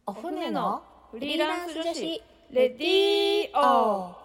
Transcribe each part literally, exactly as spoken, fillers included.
お船のフリーランス女子レディオ。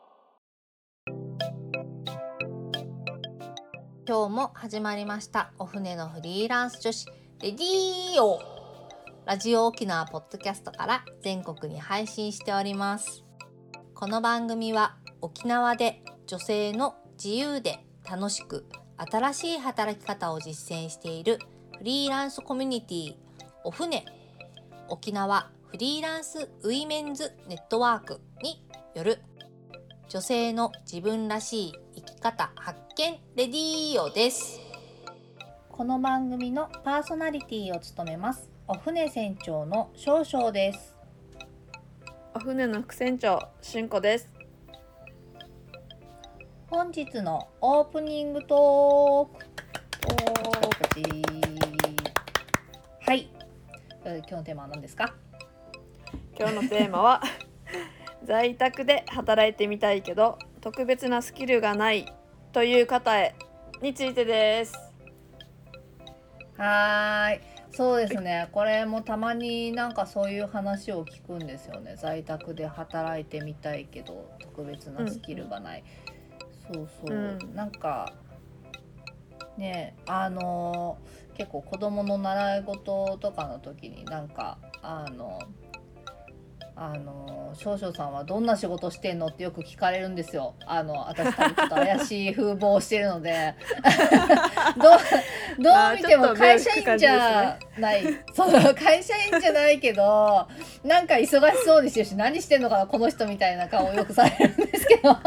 今日も始まりましたお船のフリーランス女子レディオ。ラジオ沖縄ポッドキャストから全国に配信しております。この番組は沖縄で女性の自由で楽しく新しい働き方を実践しているフリーランスコミュニティお船沖縄フリーランスウィメンズネットワークによる女性の自分らしい生き方発見レディオです。この番組のパーソナリティを務めますお船船長の少々です。 お船の副船長しんこです。 本日のオープニングトークはい、今日のテーマは何ですか？ 今日のテーマは在宅で働いてみたいけど特別なスキルがないという方へについてです。 はーい、そうですね。これもたまになんかそういう話を聞くんですよね。在宅で働いてみたいけど特別なスキルがない、うん、そうそう、うん、なんかね、あの結構子供の習い事とかの時になんかあのあの少々さんはどんな仕事してんのってよく聞かれるんですよ。あの私多分ちょっと怪しい風貌をしてるのでどう、どう見ても会社員じゃない、ね、その会社員じゃないけどなんか忙しそうにしてるし何してんのかなこの人みたいな顔をよくされるんですけど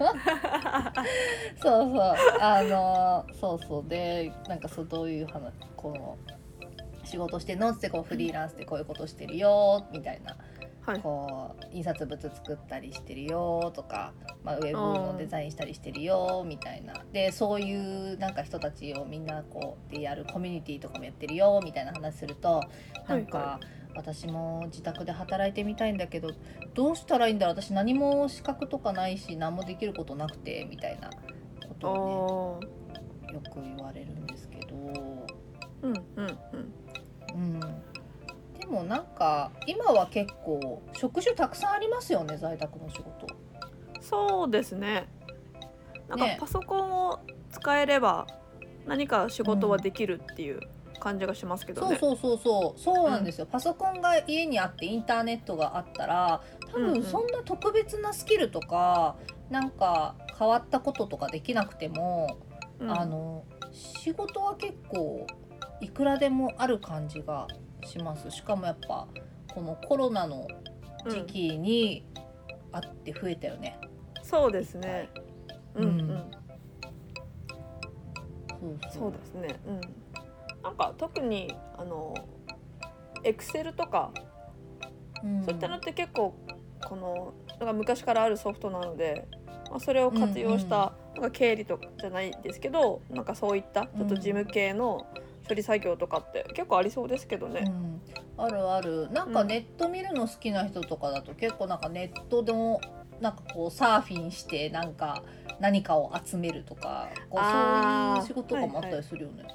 そうそうあのそうそうでなんかそうどういう話この仕事してんのってこうフリーランスでこういうことしてるよみたいな、はい、こう印刷物作ったりしてるよとか、まあ、ウェブのデザインしたりしてるよみたいなでそういうなんか人たちをみんなこうでやるコミュニティとかもやってるよみたいな話するとなんか、はいはい、私も自宅で働いてみたいんだけどどうしたらいいんだろう私何も資格とかないし何もできることなくてみたいなことをねよく言われるんですけどうんうんうんうん、でもなんか今は結構職種たくさんありますよね在宅の仕事。 そうですね。なんかパソコンを使えれば何か仕事はできるっていう感じがしますけどね、 うん、そうそうそうそうそうなんですよ、うん、パソコンが家にあってインターネットがあったら多分そんな特別なスキルとか、うんうん、なんか変わったこととかできなくても、うん、あの仕事は結構いくらでもある感じがします。しかもやっぱこのコロナの時期にあって増えたよね、 うん、そうですね、うんうん、うん、 そうそうですね、うん、なんか特にあのエクセルとか、うん、そういったのって結構このなんか昔からあるソフトなので、まあ、それを活用した、うんうん、なんか経理とかじゃないですけどなんかそういったちょっと事務系の処理作業とかって結構ありそうですけどね、 うん、あるある。なんかネット見るの好きな人とかだと結構なんかネットでもなんかこうサーフィンしてなんか何かを集めるとかこうそういう仕事とかもあったりするよね、はいはい、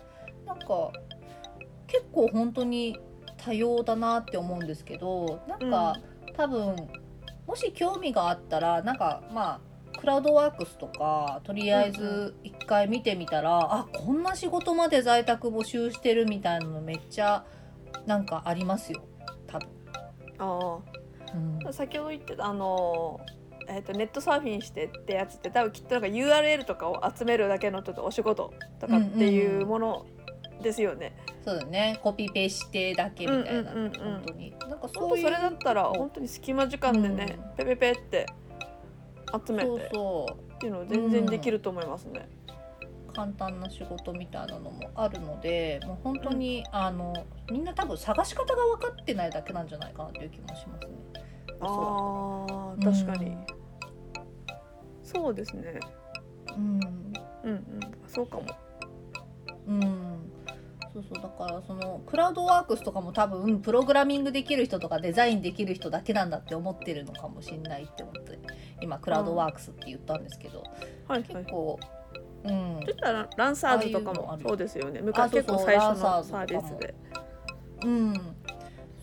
なんか結構本当に多様だなって思うんですけどなんか、うん、多分もし興味があったらなんかまあクラウドワークスとかとりあえず一回見てみたら、うんうん、あこんな仕事まで在宅募集してるみたいなのめっちゃなんかありますよ多分。 あ、うん、先ほど言ってたあの、えーと、ネットサーフィンしてってやつって多分きっとなんか ユーアールエル とかを集めるだけのちょっとお仕事とかっていうものですよね、 うんうん、そうだねコピペしてだけみたいな、うんうんうんうん、本当になんかそういうそれだったら本当に隙間時間でね、うん、ペペペって集めてそうそうっていうの全然できると思いますね、 うん、簡単な仕事みたいなのもあるのでもう本当に、うん、あのみんな多分探し方が分かってないだけなんじゃないかなという気もしますね。 あー確かに、うん、そうですね、うん、うんうんそうかも、 うんそうそうだからそのクラウドワークスとかも多分プログラミングできる人とかデザインできる人だけなんだって思ってるのかもしれないって思って今クラウドワークスって言ったんですけど、はいはい、結構、うん、 そしたらランサーズとかもそうですよね昔結構最初のサービスでうん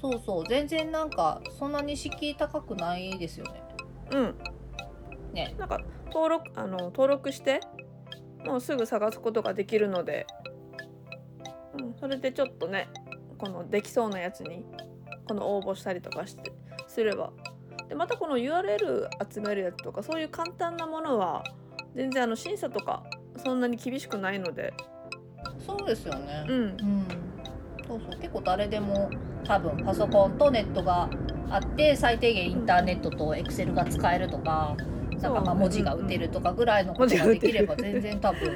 そうそう全然なんかそんなに敷居高くないですよね。 うんね。 なんか登録あの登録してもうすぐ探すことができるので、うん、それでちょっとねこのできそうなやつにこの応募したりとかしてすれば、でまたこの ユーアールエル 集めるやつとかそういう簡単なものは全然あの審査とかそんなに厳しくないので。 そうですよね。 うん、 うん、そうそう結構誰でも多分パソコンとネットがあって最低限インターネットとエクセルが使えるとか、うん、なんかまあ文字が打てるとかぐらいのことができれば全然多分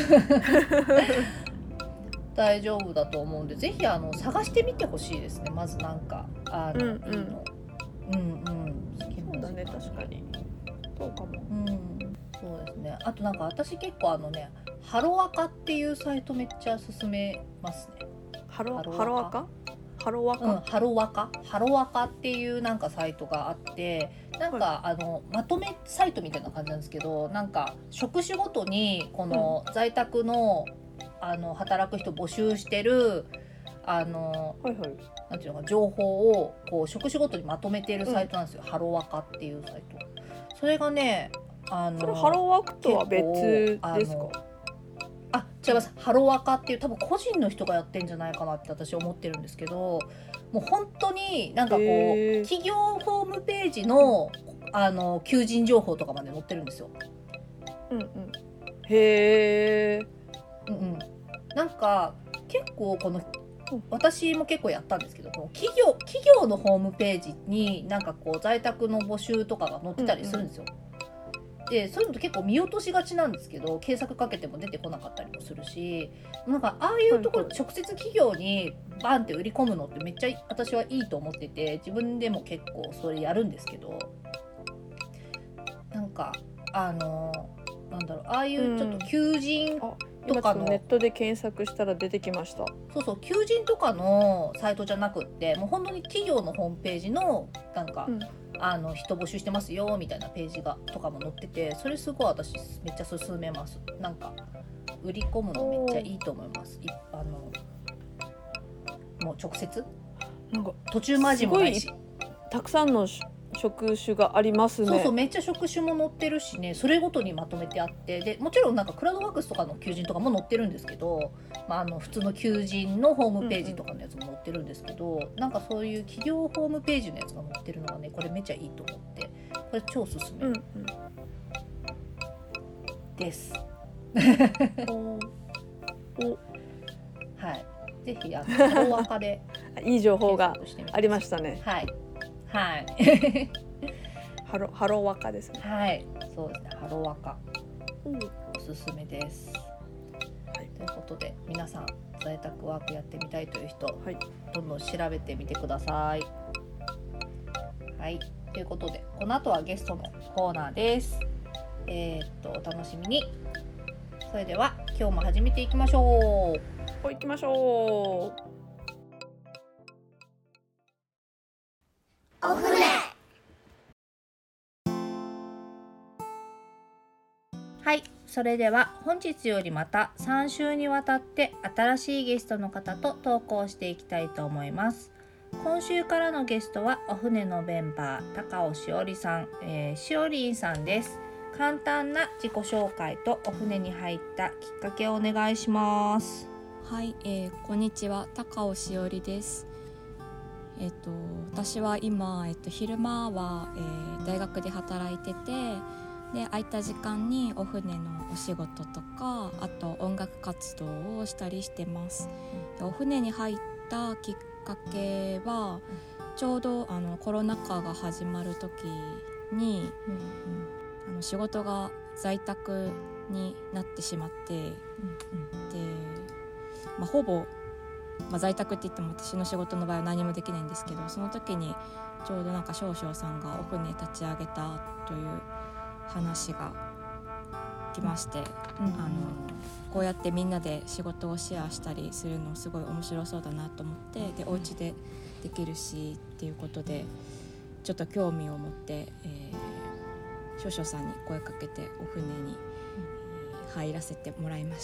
大丈夫だと思うんで、ぜひあの探してみてほしいですね。まずなんかあの、うんうん、いいのうんうんそうだね確かにそうかも。 うんそうですね。あとなんか私結構あのねハロアカっていうサイトめっちゃ勧めますね。 ハロハロアカハロワカ、 うん、ハロワカハロワカっていうなんかサイトがあって、なんか、はい、あのまとめサイトみたいな感じなんですけど、なんか職種ごとにこの在宅の、うん、あの働く人募集してるあの、はいはい、なんていうのか情報をこう職種ごとにまとめてるサイトなんですよ、うん、ハロワカっていうサイト。それがねあのそれハロワークとは別ですか？ あ、違います。ハロワカっていう多分個人の人がやってんじゃないかなって私思ってるんですけど、もう本当になんかこう企業ホームページのあの求人情報とかまで載ってるんですよ。 うんうん。へー。 うんうん。なんか結構この私も結構やったんですけど、企業企業のホームページになんかこう在宅の募集とかが載ってたりするんですよ。うんうんでそういうのと結構見落としがちなんですけど、検索かけても出てこなかったりもするし、なんかああいうところ直接企業にバンって売り込むのってめっちゃ私はいいと思ってて、自分でも結構それやるんですけど、なんかあのなんだろうああいうちょっと求人とかの、 うん、ネットで検索したら出てきました。 そうそう求人とかのサイトじゃなくって、もう本当に企業のホームページのなんか、うんあの人募集してますよみたいなページがとかも載ってて、それすごい私めっちゃ勧めます。なんか売り込むのめっちゃいいと思います。一般のもう直接なんか途中マジもないし、 たくさんの職種がありますね。 そうそうめっちゃ職種も載ってるしね、それごとにまとめてあって、でもちろんなんかクラウドワークスとかの求人とかも載ってるんですけど、まあ、あの普通の求人のホームページとかのやつも載ってるんですけど、うんうん、なんかそういう企業ホームページのやつが載ってるのがね、これめっちゃいいと思って、これ超おすすめ、うんうん、ですおおはいぜひあのハロワカでいい情報がありましたね。 はいはいハロハロワカですね。 はいそうですねハロワカ、うん、おすすめです、はい、ということで皆さん在宅ワークやってみたいという人、はい、どんどん調べてみてください。はいということでこの後はゲストのコーナーです。えー、っとお楽しみに。それでは今日も始めていきましょう。 お行きましょう。 お船。はい、それでは本日よりまたさん週にわたって新しいゲストの方と投稿していきたいと思います。今週からのゲストはお船のメンバー高尾しおりさん、えー、しおりんさんです。簡単な自己紹介とお船に入ったきっかけをお願いします。 はい、えー、こんにちは高尾しおりです。えー、と私は今、えー、と昼間は、えー、大学で働いてて、で空いた時間にお船のお仕事とかあと音楽活動をしたりしてます。でお船に入ったきっかけはちょうどあのコロナ禍が始まる時に、うんうん、あの仕事が在宅になってしまって、うんうん、で、まあ、ほぼ、まあ、在宅って言っても私の仕事の場合は何もできないんですけど、その時にちょうどなんか少々さんがお船立ち上げたという話が来まして、うんうん、あのこうやってみんなで仕事をシェアしたりするのすごい面白そうだなと思って、でお家でできるしっていうことでちょっと興味を持って、えー、少々さんに声かけてお船に、うん、入らせてもらいました。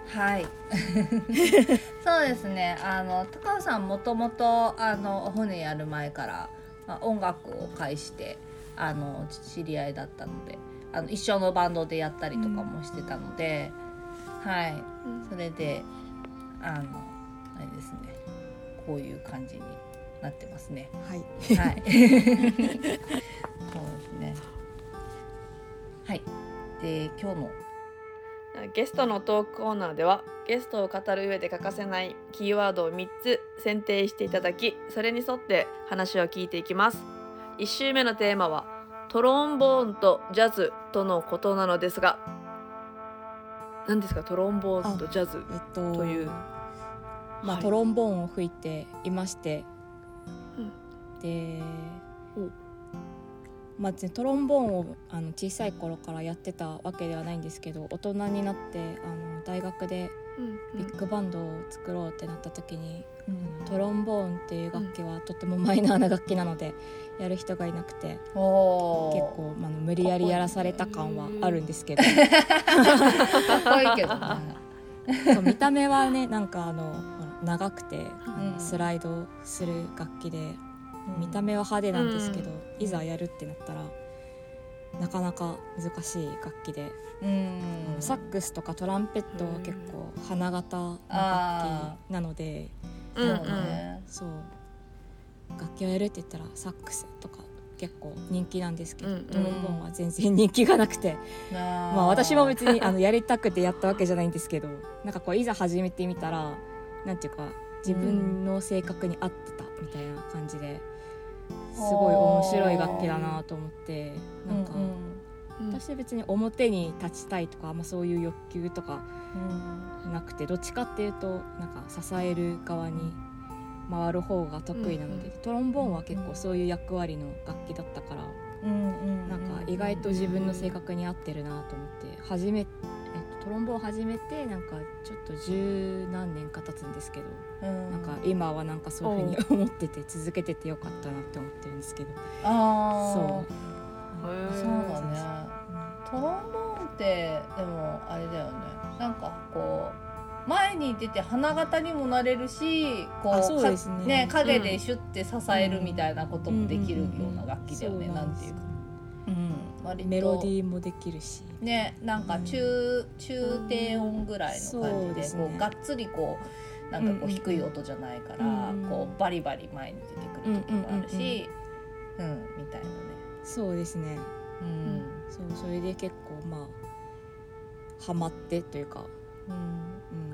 はいそうですね、あの高尾さんもともとあのお船やる前から、まあ、音楽を介してあの知り合いだったので、あの一緒のバンドでやったりとかもしてたので、うん、はい、うん、それであのあれですね、こういう感じになってますね。 はい、 はい、そうですね。はい。で今日のゲストのトークコーナーでは、ゲストを語る上で欠かせないキーワードをみっつ選定していただき、それに沿って話を聞いていきます。いち週目のテーマはトロンボーンとジャズとのことなのですが、何ですかトロンボーンとジャズという、えっとまあはい、トロンボーンを吹いていまして、うん、で、うんまあ、トロンボーンをあの小さい頃からやってたわけではないんですけど、大人になってあの大学でビッグバンドを作ろうってなった時に、うんうん、トロンボーンっていう楽器はとてもマイナーな楽器なのでやる人がいなくて、うん、結構、まあ、無理やりやらされた感はあるんですけど、かっこいいけどねそう見た目はね、なんかあの長くてあの、うん、スライドする楽器で見た目は派手なんですけど、うん、いざやるってなったらなかなか難しい楽器で、うん、サックスとかトランペットは結構花形の楽器なので、 うん、 そう楽器をやるって言ったらサックスとか結構人気なんですけど、うん、トロンボーンは全然人気がなくて、うん、まあ私も別にあのやりたくてやったわけじゃないんですけど、なんかこういざ始めてみたらなんていうか自分の性格に合ってたみたいな感じで、すごい面白い楽器だなと思って、なんか、うんうん、私は別に表に立ちたいとか、あんまそういう欲求とかなくて、どっちかっていうとなんか支える側に回る方が得意なので、うんうん、トロンボーンは結構そういう役割の楽器だったから、うんうん、なんか意外と自分の性格に合ってるなと思って始め、えっと、トロンボーン始めてなんかちょっと十何年か経つんですけど、うん、なんか今はなんかそういう風に思ってて続けててよかったなって思ってるんですけど、 あそうそうだね、トロンボーンってでもあれだよね、なんかこう前に出て花形にもなれるし、こうそうですね、 ね、影でシュッて支えるみたいなこともできるような楽器だよね、なんていうか、うん、割とメロディーもできるしね、なんか 中,、うん、中低音ぐらいの感じ で, で、ね、こうがっつりこうなんかこう低い音じゃないから、うん、こうバリバリ前に出てくる時もあるし、うん、うんうん、みたいなね。 そうですね、うん、そう、それで結構まあハマってというか、うんうん、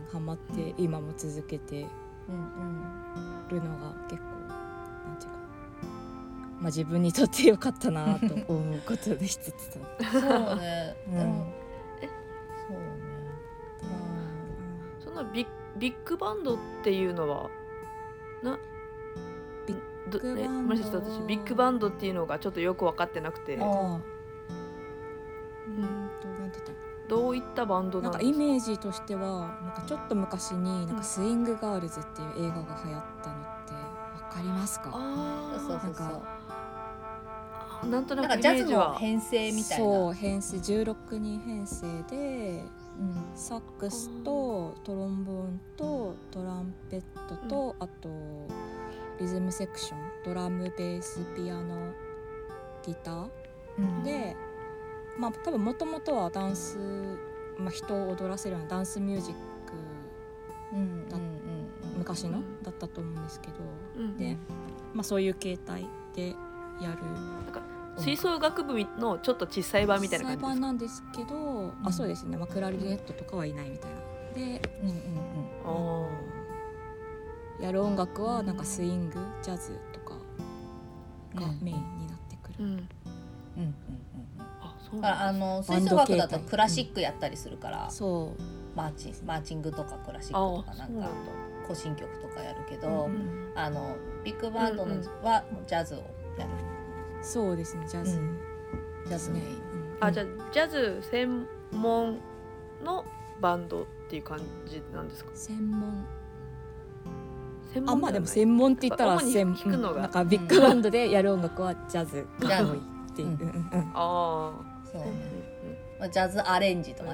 ハマって今も続けてるのが結構なんていうか、まあ、自分にとってよかったなと思うことで一つとそうね、うん、でもえそうね、うん、そのビッ、ビッグバンドっていうのはなビッグバンド、え、 もしちょっと私ビッグバンドっていうのがちょっとよく分かってなくて、あ、うん、 うんとなんて言ったの、 どういったバンドなんですか？ なんかイメージとしてはなんかちょっと昔になんかスイングガールズっていう映画が流行ったのって分かりますか？ あ、そうそうそう、 なんかなんとなくなんかジャズの編成みたいな、 そう編成じゅうろくにん編成で、うん、サックスとトロンボーンとトランペットと、うん、あとリズムセクション、ドラムベースピアノギター、うん、でまあ多分もともとはダンス、まあ、人を踊らせるようなダンスミュージックだ、うんうんうん、昔のだったと思うんですけど、うん、で、まあ、そういう形態でやる、 なんか吹奏楽部のちょっと小さい版みたいな感じですか？小さい版なんですけど、うん、あ、そうですね、まあ、クラリネットとかはいないみたいなで、うんうんうん、やる音楽はなんかスイング、ジャズとかがメインになってくる、うんうんうんうん、あ、そうなんです。あの吹奏楽だとクラシックやったりするから、うん、そうマーチ、マーチングとかクラシックとかなんか行進曲とかやるけど、うんうん、あのビッグバンドのはジャズをやる、 そうですね、ジャズ、うん、 ジャズね、 うん、あ、じゃあジャズ専門のバンドっていう感じなんですか？ 専門、 専門あ、まあでも専門って言ったら専門、なんかビッグバンドでやる音楽はジャズが多いっていう、うんうんうん、 ああ、 そうね、まあ、ジャズアレンジとかね、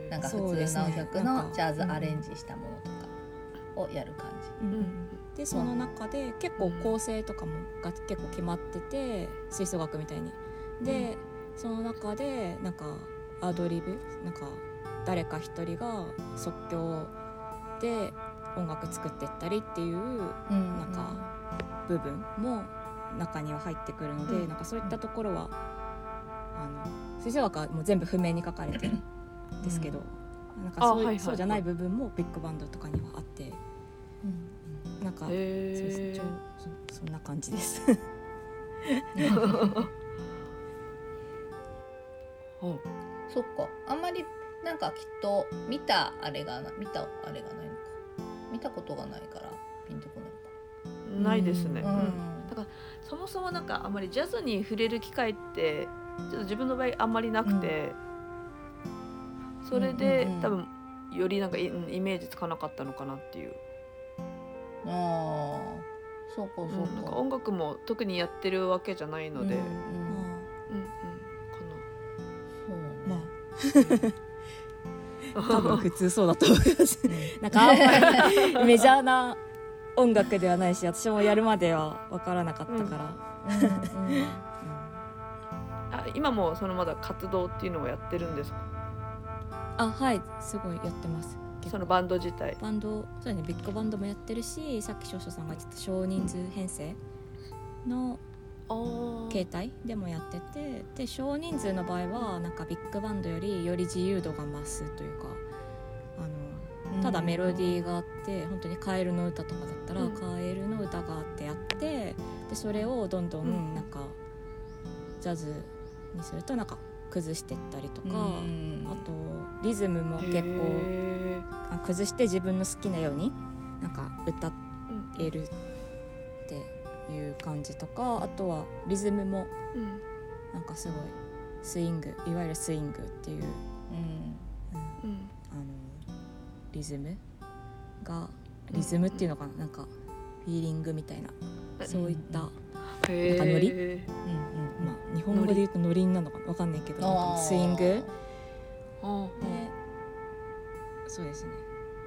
なんか普そうですね通の曲なんかのジャズアレンジしたものとかをやる感じ。 うんうん、でその中で結構構成とかもが結構決まってて、吹奏楽みたいにで、その中でなんかアドリブなんか誰か一人が即興で音楽作ってったりっていうなんか部分も中には入ってくるので、なんかそういったところはあの吹奏楽はもう全部譜面に書かれてるんですけど、なんかそう、 はいはいはい、 そうじゃない部分もビッグバンドとかにはあって、うん、なんかそうです、そ, そんな感じですそっか、あんまりなんかきっと見たあれがな見たあれがないのか、見たことがないからピンとこないのかないですね、 うんうん、だからそもそもなんかあんまりジャズに触れる機会ってちょっと自分の場合あんまりなくて、うん、それで、うんうんうん、多分よりなんかイメージつかなかったのかなっていう。 ああ、そうかそうか、うん、 なんか音楽も特にやってるわけじゃないので、うんうん、うんうんかな、そうね、まあ多分普通そうだと思いますなんかあんまりメジャーな音楽ではないし、私もやるまでは分からなかったから、うんうんうん、 あ、今もそのまだ活動っていうのをやってるんですか？ あ、はい、すごいやってます。 そのバンド自体、 バンド、そうね、ビッグバンドもやってるし、さっき少々さんが言ってた少人数編成の形態でもやってて、で少人数の場合はなんかビッグバンドよりより自由度が増すというか、あのただメロディーがあって、本当にカエルの歌とかだったら、うん、カエルの歌があってやって、でそれをどんどんなんかジャズにするとなんか崩していったりとか、うん、あとリズムも結構崩して自分の好きなようになんか歌えるっていう感じとか、あとはリズムもなんかすごいスイング、いわゆるスイングっていう、うんうん、あのリズムがリズムっていうのかな、なんかフィーリングみたいな、そういったなんかノリ、うんうん、まあ、日本語で言うとノリなのかな、わかんないけど、なんかスイングで、そうですね、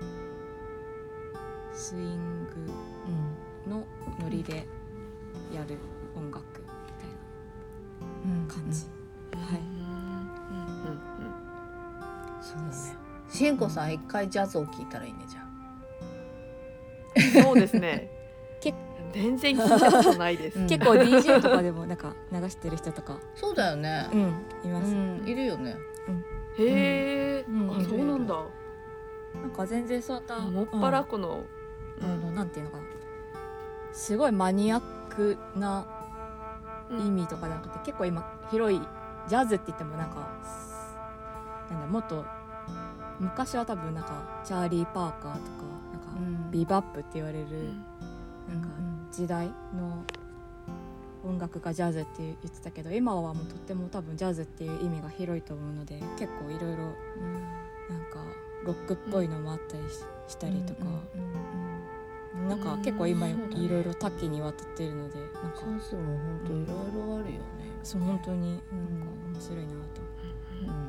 スイングのノリでやる音楽みたいな感じ、うんうん、はい、うんうんうん、 そうだね。しんこさん一回ジャズを聴いたらいいね、じゃあ。そうですね。全然聞いたことないです。 うん、結構 ディージェー とかでもなんか流してる人とか。 そうだよね。 うん、います。うん、 いるよね。 うん、へえ、うん、あ、そうなんだ。 なんか全然そんなもっぱらこの、 うん、あのなんていうのかな、すごいマニアックな意味とかじゃなくて、うん、結構今広いジャズって言ってもなんかなんだもっと昔は多分なんかチャーリー・パーカーとかなんか、うん、ビバップって言われる、うん、なんか時代の音楽がジャズって言ってたけど、今はもうとっても多分ジャズっていう意味が広いと思うので、結構いろいろなんかロックっぽいのもあったり し,、うん、したりとか、うんうんうん、なんか結構今いろいろ多岐にわたっているので、なんかジャズも本当いろいろあるよね。 そう、本当になんか面白いなと、うんうん、そうだね、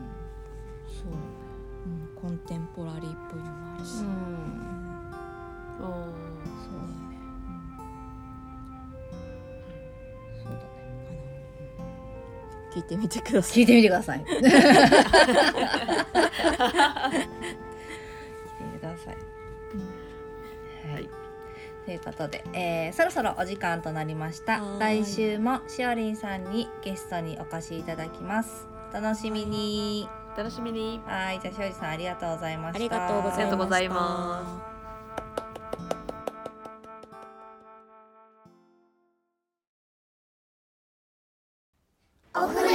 うん、コンテンポラリーっぽいのもあるし、うん、うん、 そうね、そうだね、 聞いてみてください。 聞いてみてください。聞いてみてください。はい。ということで、えー、そろそろお時間となりました。来週もしおりんさんにゲストにお越しいただきます。楽しみに。 楽しみに。 はい、じゃあしおりんさんありがとうございました。 ありがとうございます。 おふれ。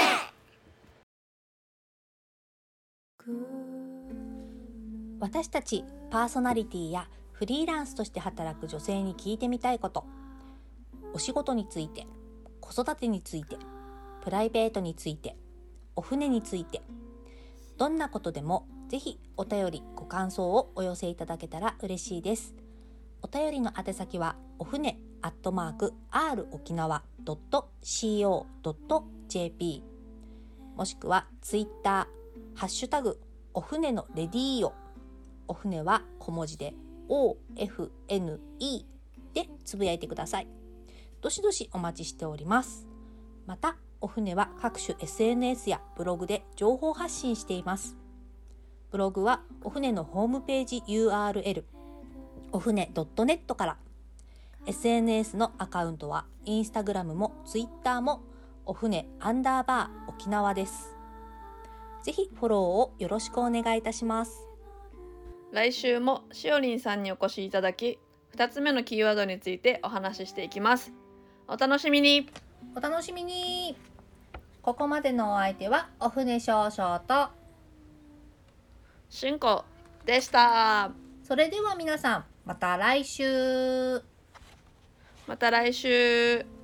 私たちパーソナリティやフリーランスとして働く女性に聞いてみたいこと、お仕事について、子育てについて、プライベートについて、お船について、どんなことでもぜひお便りご感想をお寄せいただけたら嬉しいです。お便りの宛先はお船アットマーク アール 沖縄 ドット シーオー ドット ジェーピー もしくはツイッターハッシュタグお船のレディーオ、お船は小文字で オーエフエヌイー でつぶやいてください。どしどしお待ちしております。またお船は各種 エスエヌエス やブログで情報発信しています。ブログはお船のホームページ ユーアールエル お船 ドットネット から、 エスエヌエス のアカウントはインスタグラムもツイッターもお船アンダーバー沖縄です。ぜひフォローをよろしくお願いいたします。 来週もしおりんさんにお越しいただき、ふたつめのキーワードについてお話ししていきます。お楽しみに。 お楽しみに。ここまでのお相手はお船少々としゅんこでした。 それでは皆さんまた来週。 また来週。